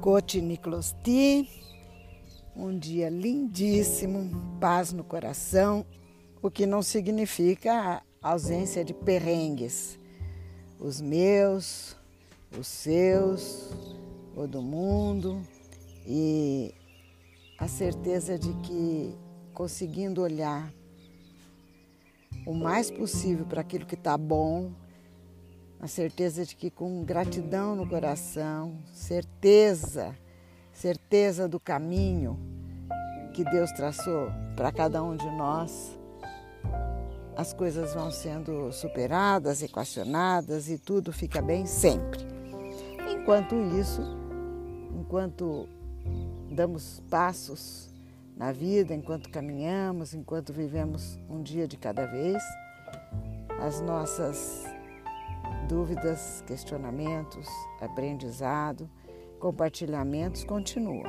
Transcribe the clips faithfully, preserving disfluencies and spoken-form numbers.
Cotiniclosti, um dia lindíssimo, paz no coração, o que não significa a ausência de perrengues, os meus, os seus, o do mundo, e a certeza de que conseguindo olhar o mais possível para aquilo que está bom, a certeza de que com gratidão no coração, certeza, certeza do caminho que Deus traçou para cada um de nós, as coisas vão sendo superadas, equacionadas e tudo fica bem sempre. Enquanto isso, enquanto damos passos na vida, enquanto caminhamos, enquanto vivemos um dia de cada vez, as nossas dúvidas, questionamentos, aprendizado, compartilhamentos continuam.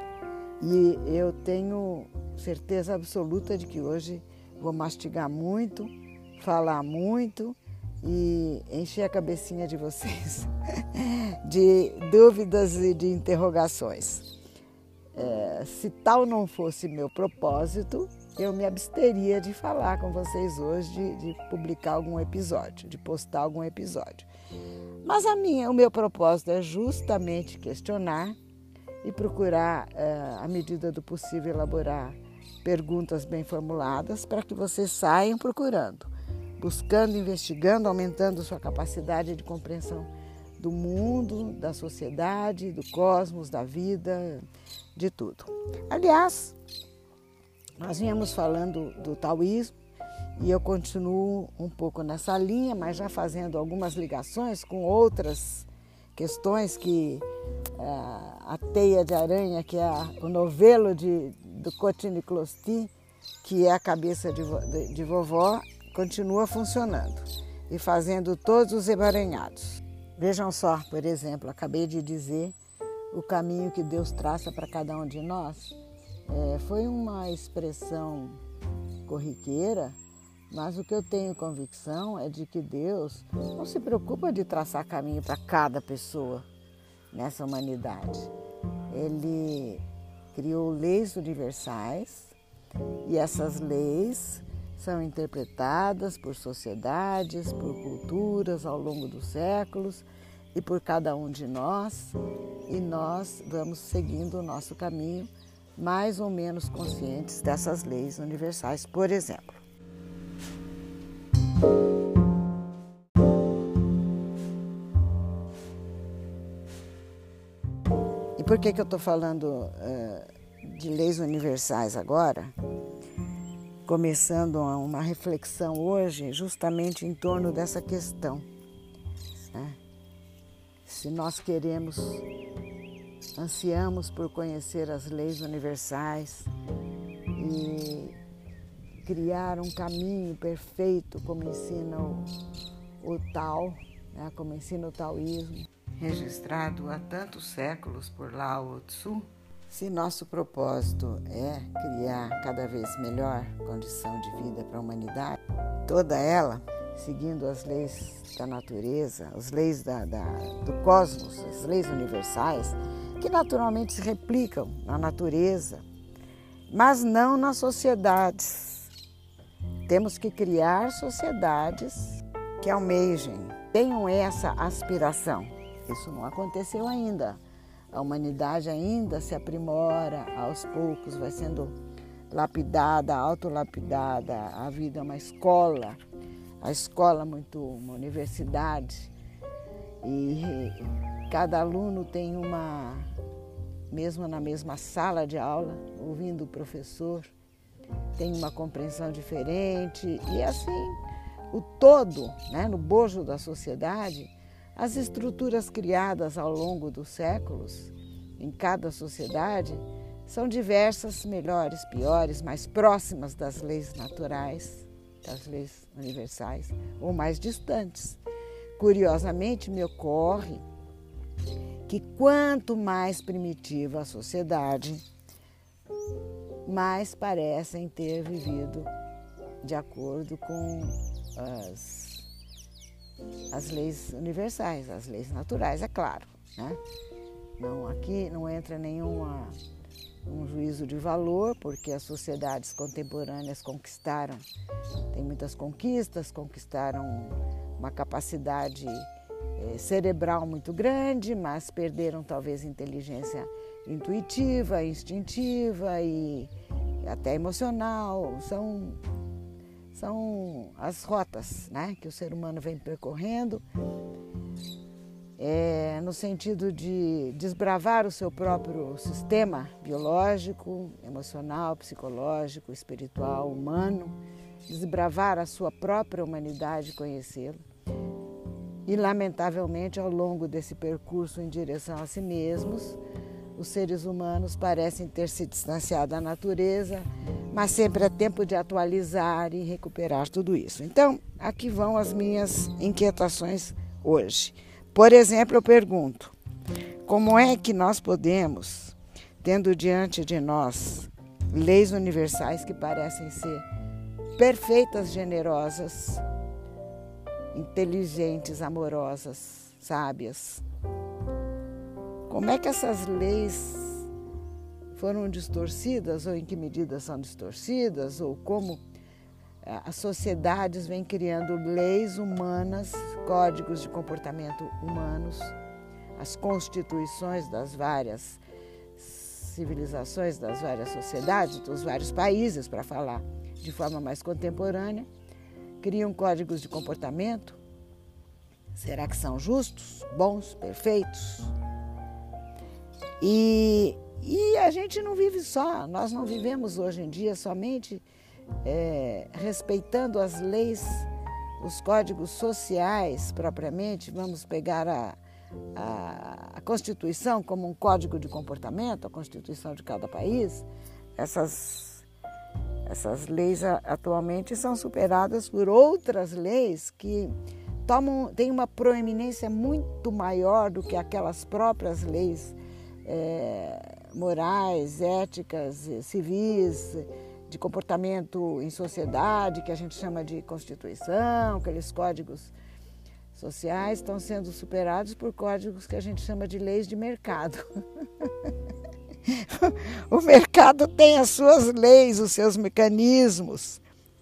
E eu tenho certeza absoluta de que hoje vou mastigar muito, falar muito e encher a cabecinha de vocês de dúvidas e de interrogações. É, se tal não fosse meu propósito, eu me absteria de falar com vocês hoje, de, de publicar algum episódio, de postar algum episódio. Mas a minha, o meu propósito é justamente questionar e procurar, é, à medida do possível, elaborar perguntas bem formuladas para que vocês saiam procurando, buscando, investigando, aumentando sua capacidade de compreensão do mundo, da sociedade, do cosmos, da vida, de tudo. Aliás, nós viemos falando do taoísmo e eu continuo um pouco nessa linha, mas já fazendo algumas ligações com outras questões que uh, a teia de aranha, que é a, o novelo de, do Cotiniclosti, que é a cabeça de, de, de vovó, continua funcionando e fazendo todos os emaranhados. Vejam só, por exemplo, acabei de dizer o caminho que Deus traça para cada um de nós. É, foi uma expressão corriqueira, mas o que eu tenho convicção é de que Deus não se preocupa de traçar caminho para cada pessoa nessa humanidade. Ele criou leis universais e essas leis são interpretadas por sociedades, por culturas ao longo dos séculos e por cada um de nós, e nós vamos seguindo o nosso caminho, mais ou menos conscientes dessas leis universais, por exemplo. E por que que eu estou falando uh, de leis universais agora? Começando uma reflexão hoje justamente em torno dessa questão, né? Se nós queremos, ansiamos por conhecer as leis universais e criar um caminho perfeito, como ensina o, o Tao, né? Como ensina o taoísmo, registrado há tantos séculos por Lao Tzu. Se nosso propósito é criar cada vez melhor condição de vida para a humanidade, toda ela seguindo as leis da natureza, as leis da, da, do cosmos, as leis universais, que naturalmente se replicam na natureza, mas não nas sociedades. Temos que criar sociedades que almejem, tenham essa aspiração. Isso não aconteceu ainda. A humanidade ainda se aprimora, aos poucos vai sendo lapidada, autolapidada. A vida é uma escola, a escola é muito uma universidade. E cada aluno tem uma, mesmo na mesma sala de aula, ouvindo o professor, tem uma compreensão diferente. E assim, o todo, né, no bojo da sociedade, as estruturas criadas ao longo dos séculos, em cada sociedade, são diversas, melhores, piores, mais próximas das leis naturais, das leis universais, ou mais distantes. Curiosamente, me ocorre que quanto mais primitiva a sociedade, mais parecem ter vivido de acordo com as as leis universais, as leis naturais, é claro, né? Não, aqui não entra nenhuma um juízo de valor, porque as sociedades contemporâneas conquistaram, tem muitas conquistas, conquistaram uma capacidade eh, cerebral muito grande, mas perderam talvez inteligência intuitiva, instintiva e até emocional. São, são as rotas, né, que o ser humano vem percorrendo, É, no sentido de desbravar o seu próprio sistema biológico, emocional, psicológico, espiritual, humano, desbravar a sua própria humanidade, conhecê-la. E, lamentavelmente, ao longo desse percurso em direção a si mesmos, os seres humanos parecem ter se distanciado da natureza, mas sempre é tempo de atualizar e recuperar tudo isso. Então, aqui vão as minhas inquietações hoje. Por exemplo, eu pergunto, como é que nós podemos, tendo diante de nós leis universais que parecem ser perfeitas, generosas, inteligentes, amorosas, sábias, como é que essas leis foram distorcidas, ou em que medida são distorcidas, ou como as sociedades vêm criando leis humanas, códigos de comportamento humanos, as constituições das várias civilizações, das várias sociedades, dos vários países, para falar de forma mais contemporânea, criam códigos de comportamento. Será que são justos, bons, perfeitos? E, e a gente não vive só, nós não vivemos hoje em dia somente É, respeitando as leis, os códigos sociais propriamente. Vamos pegar a, a, a Constituição como um código de comportamento, a Constituição de cada país. Essas, essas leis atualmente são superadas por outras leis que tomam, têm uma proeminência muito maior do que aquelas próprias leis é, morais, éticas, civis, de comportamento em sociedade, que a gente chama de Constituição. Aqueles códigos sociais estão sendo superados por códigos que a gente chama de leis de mercado. O mercado tem as suas leis, os seus mecanismos.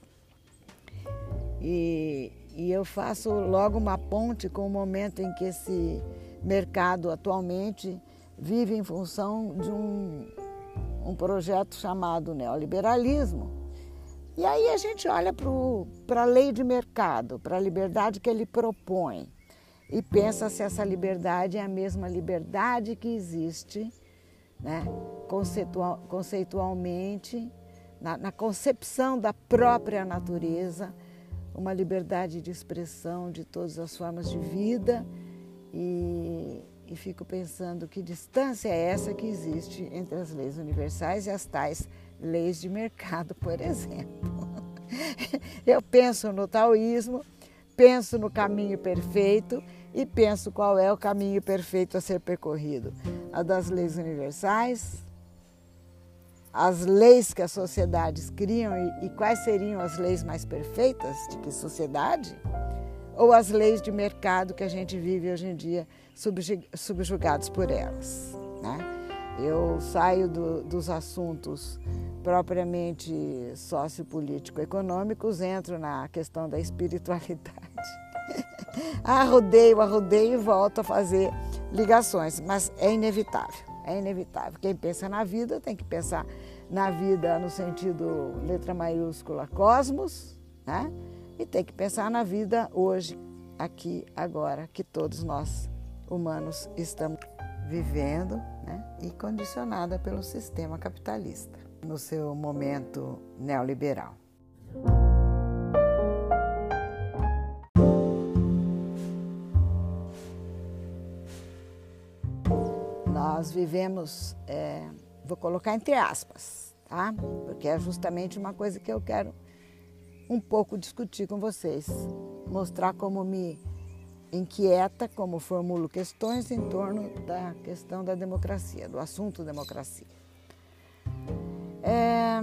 E, e eu faço logo uma ponte com o momento em que esse mercado atualmente vive em função de um um projeto chamado neoliberalismo. E aí a gente olha para a lei de mercado, para a liberdade que ele propõe, e pensa se essa liberdade é a mesma liberdade que existe, né, conceitual, conceitualmente, na, na concepção da própria natureza, uma liberdade de expressão de todas as formas de vida. E E fico pensando que distância é essa que existe entre as leis universais e as tais leis de mercado, por exemplo. Eu penso no taoísmo, penso no caminho perfeito e penso qual é o caminho perfeito a ser percorrido. A das leis universais, as leis que as sociedades criam e, e quais seriam as leis mais perfeitas de que sociedade? Ou as leis de mercado que a gente vive hoje em dia, subjugados por elas, né? Eu saio do, dos assuntos propriamente sociopolítico-econômicos, entro na questão da espiritualidade. Arrodeio, arrodeio e volto a fazer ligações, mas é inevitável, é inevitável. Quem pensa na vida tem que pensar na vida no sentido letra maiúscula cosmos, né? E tem que pensar na vida hoje, aqui, agora, que todos nós humanos estamos vivendo, né? E condicionada pelo sistema capitalista, no seu momento neoliberal. Nós vivemos, é, vou colocar entre aspas, tá? Porque é justamente uma coisa que eu quero um pouco discutir com vocês, mostrar como me inquieta, como formulo questões em torno da questão da democracia, do assunto democracia. É,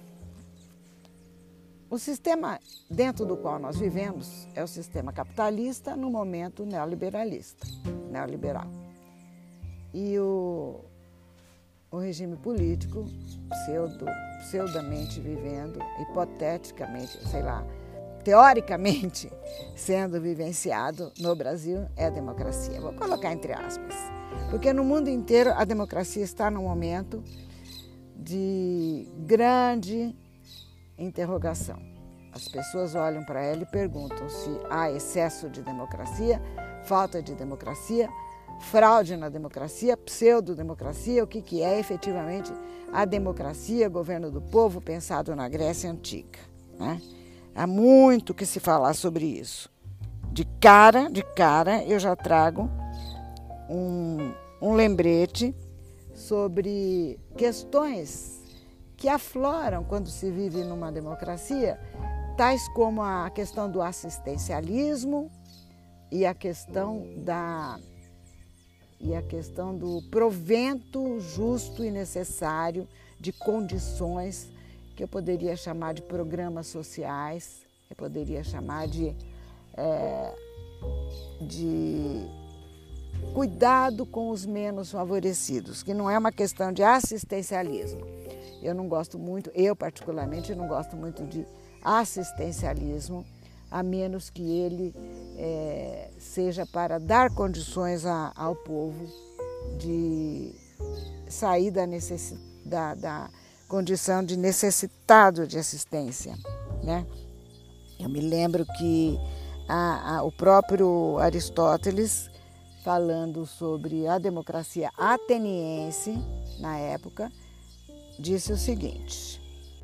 o sistema dentro do qual nós vivemos é o sistema capitalista no momento neoliberalista, neoliberal. e o, o regime político, pseudo, pseudamente vivendo, hipoteticamente, sei lá, teoricamente sendo vivenciado no Brasil, é a democracia. Vou colocar entre aspas, porque no mundo inteiro a democracia está num momento de grande interrogação. As pessoas olham para ela e perguntam se há excesso de democracia, falta de democracia, fraude na democracia, pseudo-democracia, o que, que é efetivamente a democracia, governo do povo, pensado na Grécia Antiga, né? Há muito que se falar sobre isso. De cara, de cara, eu já trago um, um lembrete sobre questões que afloram quando se vive numa democracia, tais como a questão do assistencialismo e a questão da e a questão do provento justo e necessário de condições que eu poderia chamar de programas sociais, eu poderia chamar de, é, de cuidado com os menos favorecidos, que não é uma questão de assistencialismo. Eu não gosto muito, eu particularmente não gosto muito de assistencialismo, a menos que ele é, seja para dar condições a, ao povo de sair da, necess, da, da condição de necessitado de assistência, né? Eu me lembro que a, a, o próprio Aristóteles, falando sobre a democracia ateniense na época, disse o seguinte: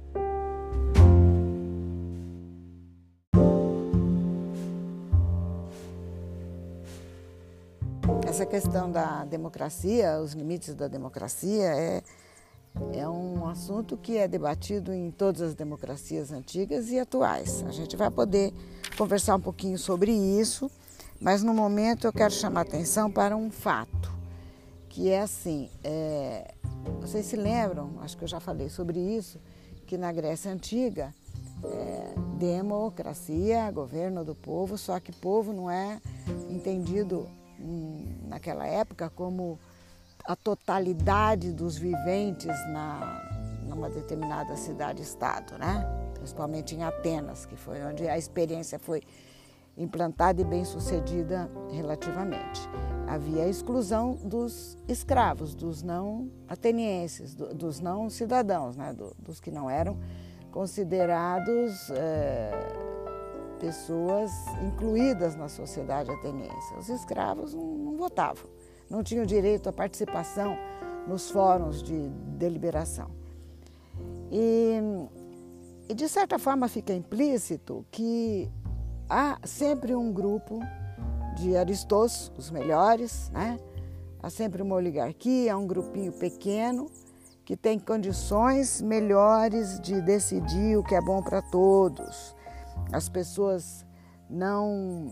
essa questão da democracia, os limites da democracia, é, é um assunto que é debatido em todas as democracias antigas e atuais. A gente vai poder conversar um pouquinho sobre isso, mas no momento eu quero chamar a atenção para um fato, que é assim, é, vocês se lembram, acho que eu já falei sobre isso, que na Grécia Antiga, é, democracia, governo do povo, só que povo não é entendido naquela época como a totalidade dos viventes na, numa determinada cidade-estado, né? Principalmente em Atenas, que foi onde a experiência foi implantada e bem sucedida relativamente. Havia a exclusão dos escravos, dos não atenienses, do, dos não cidadãos, né? Do, dos que não eram considerados é, pessoas incluídas na sociedade ateniense. Os escravos não, não votavam, não tinham direito à participação nos fóruns de deliberação. E, e de certa forma fica implícito que há sempre um grupo de aristos, os melhores, né? Há sempre uma oligarquia, um grupinho pequeno que tem condições melhores de decidir o que é bom para todos. As pessoas não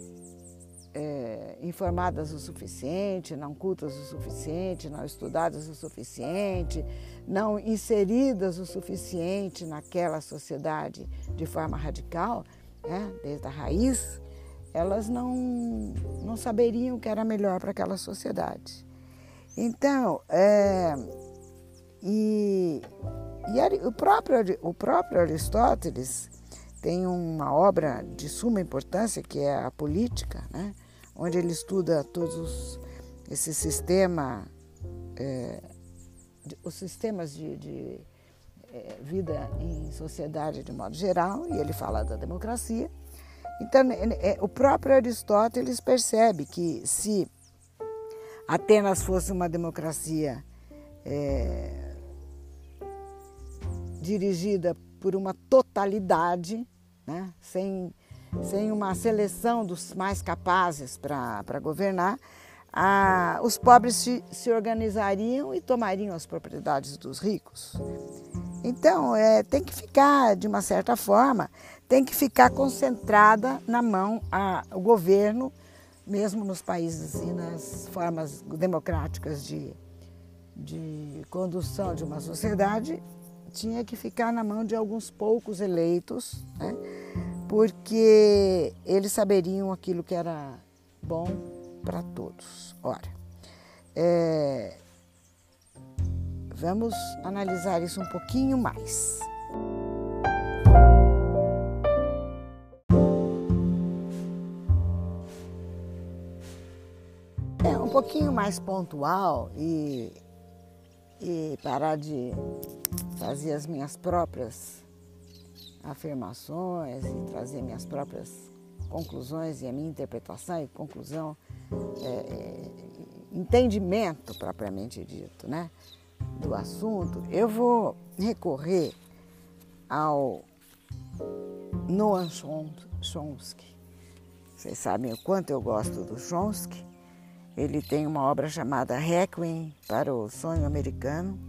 é, informadas o suficiente, não cultas o suficiente, não estudadas o suficiente, não inseridas o suficiente naquela sociedade de forma radical, né, desde a raiz, elas não, não saberiam o que era melhor para aquela sociedade. Então, é, e, e o, próprio, o próprio Aristóteles tem uma obra de suma importância, que é a Política, né? Onde ele estuda todos esse sistema, é, os sistemas de, de é, vida em sociedade de modo geral, e ele fala da democracia. Então, é, o próprio Aristóteles percebe que se Atenas fosse uma democracia é, dirigida por uma totalidade, né, sem, sem uma seleção dos mais capazes para governar, a, os pobres se, se organizariam e tomariam as propriedades dos ricos. Então, é, tem que ficar, de uma certa forma, tem que ficar concentrada na mão a, o governo, mesmo nos países e nas formas democráticas de, de condução de uma sociedade, tinha que ficar na mão de alguns poucos eleitos, né? Porque eles saberiam aquilo que era bom para todos. Ora, É, vamos analisar isso um pouquinho mais. É um pouquinho mais pontual e, e parar de fazer as minhas próprias afirmações e trazer minhas próprias conclusões e a minha interpretação e conclusão, é, é, entendimento propriamente dito, né, do assunto. Eu vou recorrer ao Noam Chomsky. Vocês sabem o quanto eu gosto do Chomsky. Ele tem uma obra chamada Requiem para o Sonho Americano.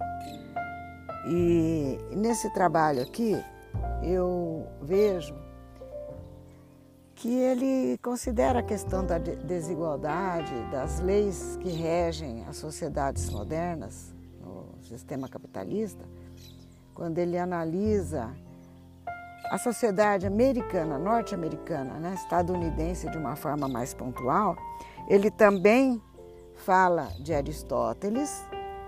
E nesse trabalho aqui, eu vejo que ele considera a questão da desigualdade, das leis que regem as sociedades modernas, no sistema capitalista, quando ele analisa a sociedade americana, norte-americana, né, estadunidense de uma forma mais pontual. Ele também fala de Aristóteles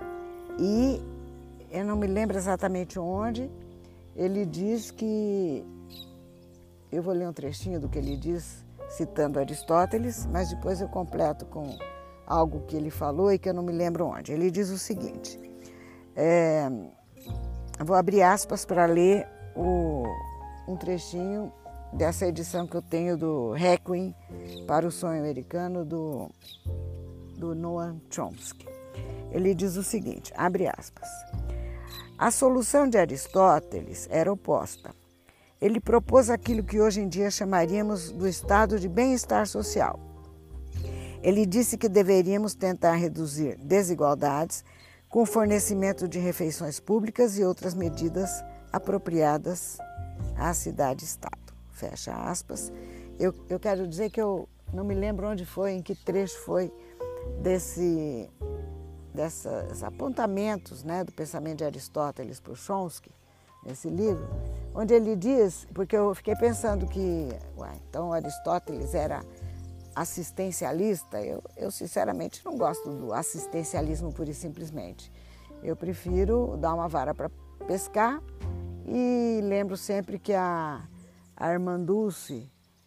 e, eu não me lembro exatamente onde, ele diz que, eu vou ler um trechinho do que ele diz, citando Aristóteles, mas depois eu completo com algo que ele falou e que eu não me lembro onde. Ele diz o seguinte, é, vou abrir aspas para ler o, um trechinho dessa edição que eu tenho do Requiem para o Sonho Americano, do, do Noam Chomsky. Ele diz o seguinte, abre aspas, a solução de Aristóteles era oposta. Ele propôs aquilo que hoje em dia chamaríamos do estado de bem-estar social. Ele disse que deveríamos tentar reduzir desigualdades com o fornecimento de refeições públicas e outras medidas apropriadas à cidade-estado. Fecha aspas. Eu, eu quero dizer que eu não me lembro onde foi, em que trecho foi desse, desses apontamentos, né, do pensamento de Aristóteles por Chomsky, nesse livro, onde ele diz, porque eu fiquei pensando que, ué, então Aristóteles era assistencialista. Eu, eu sinceramente não gosto do assistencialismo pura e simplesmente. Eu prefiro dar uma vara para pescar e lembro sempre que a A irmã Dulce,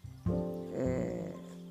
é,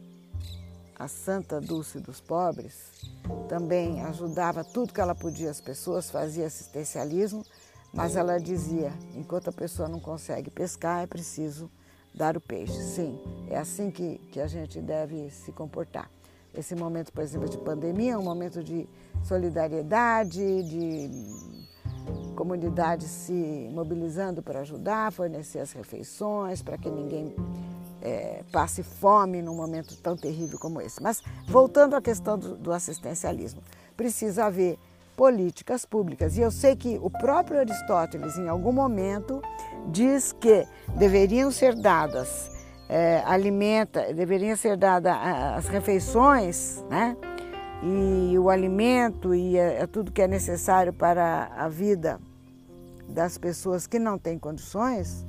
a Santa Dulce dos pobres, também ajudava tudo que ela podia as pessoas, fazia assistencialismo, mas ela dizia, enquanto a pessoa não consegue pescar, é preciso dar o peixe. Sim, é assim que, que a gente deve se comportar. Esse momento, por exemplo, de pandemia, é um momento de solidariedade, de comunidades se mobilizando para ajudar, fornecer as refeições, para que ninguém é, passe fome num momento tão terrível como esse. Mas, voltando à questão do, do assistencialismo, precisa haver políticas públicas. E eu sei que o próprio Aristóteles, em algum momento, diz que deveriam ser dadas, é, alimenta, deveriam ser dadas as refeições, né? E o alimento e é, é tudo que é necessário para a vida das pessoas que não têm condições,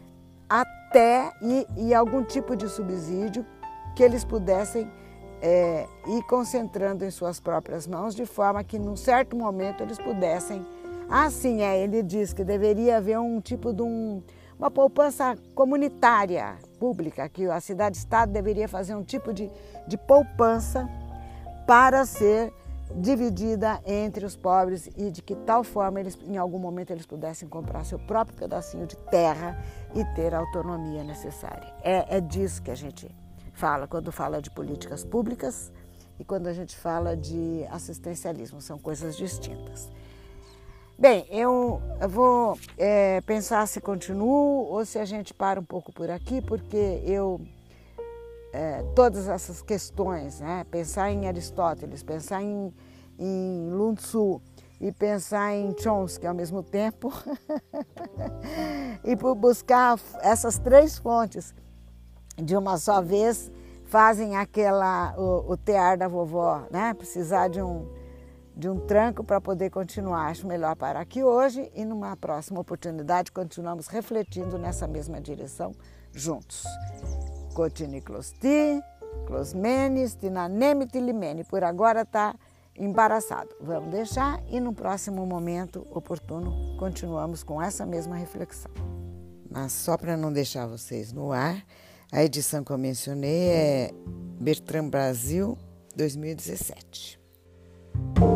até e, e algum tipo de subsídio que eles pudessem é, ir concentrando em suas próprias mãos, de forma que, num certo momento, eles pudessem... Ah, sim, é, ele diz que deveria haver um tipo de um, uma poupança comunitária, pública, que a cidade-estado deveria fazer um tipo de, de poupança para ser dividida entre os pobres e de que tal forma eles, em algum momento, eles pudessem comprar seu próprio pedacinho de terra e ter a autonomia necessária. É, é disso que a gente fala quando fala de políticas públicas e quando a gente fala de assistencialismo, são coisas distintas. Bem, eu, eu vou é, pensar se continuo ou se a gente para um pouco por aqui, porque eu... É, todas essas questões, né? Pensar em Aristóteles, pensar em, em Lao Tzu e pensar em Chomsky ao mesmo tempo e por buscar essas três fontes de uma só vez fazem aquela, o, o tear da vovó, né? Precisar de um, de um tranco para poder continuar. Acho melhor parar aqui hoje e numa próxima oportunidade continuamos refletindo nessa mesma direção juntos. Cotini Closti, Closmenes, Tinaneme Tilimene. Por agora está embaraçado. Vamos deixar e no próximo momento oportuno continuamos com essa mesma reflexão. Mas só para não deixar vocês no ar, a edição que eu mencionei é Bertrand Brasil dois mil e dezessete.